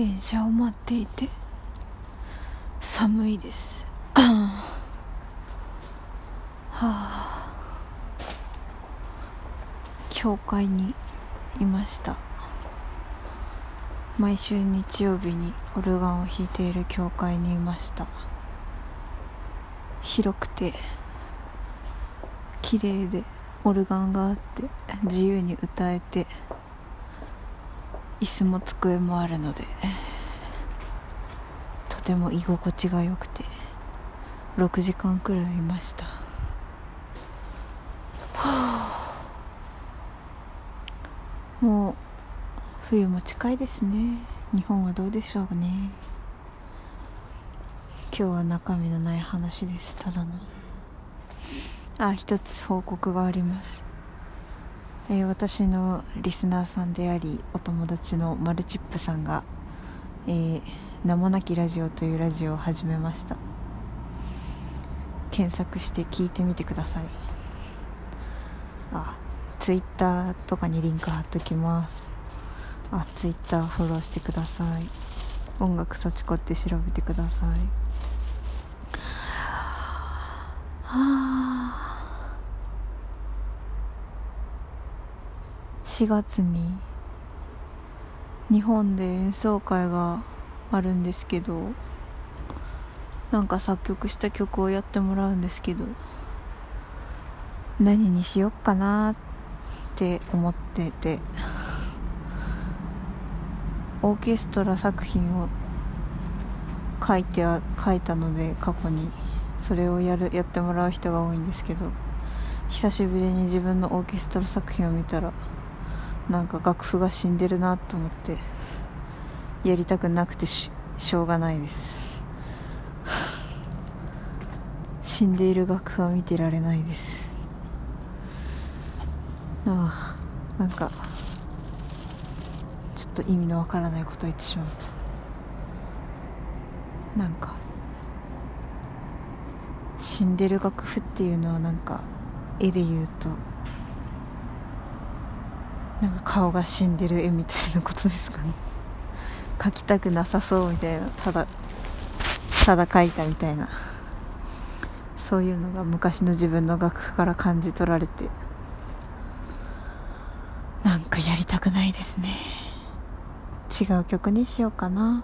電車を待っていて寒いですはあ、教会にいました。毎週日曜日にオルガンを弾いている教会にいました。広くて綺麗でオルガンがあって自由に歌えて椅子も机もあるのでとても居心地が良くて6時間くらいいました。もう冬も近いですね。日本はどうでしょうね。今日は中身のない話です。ただの一つ報告があります。私のリスナーさんでありお友達のマルチップさんが、名もなきラジオというラジオを始めました。検索して聞いてみてください。ツイッターとかにリンク貼っときます。ツイッターフォローしてください。音楽幸子って調べてください。4月に日本で演奏会があるんですけど、なんか作曲した曲をやってもらうんですけど、何にしよっかなって思ってて、オーケストラ作品を書いたので過去にそれをやってもらう人が多いんですけど、久しぶりに自分のオーケストラ作品を見たらなんか楽譜が死んでるなと思ってやりたくなくてしょうがないです死んでいる楽譜は見てられないです。なんかちょっと意味のわからないことを言ってしまった。なんか死んでる楽譜っていうのはなんか絵で言うとなんか顔が死んでる絵みたいなことですかね。描きたくなさそうみたいな、ただ描いたみたいな、そういうのが昔の自分の楽譜から感じ取られて、なんかやりたくないですね。違う曲にしようかな。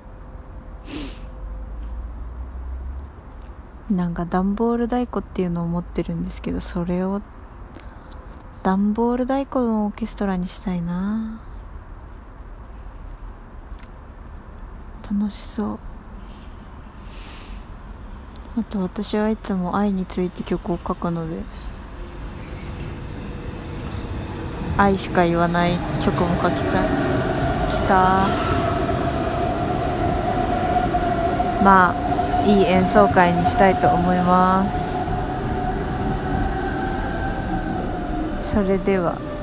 なんか段ボール太鼓っていうのを持ってるんですけど、それを段ボール太鼓のオーケストラにしたいな。楽しそう。あと私はいつも愛について曲を書くので、愛しか言わない曲も書きたい。まあいい演奏会にしたいと思います。それでは。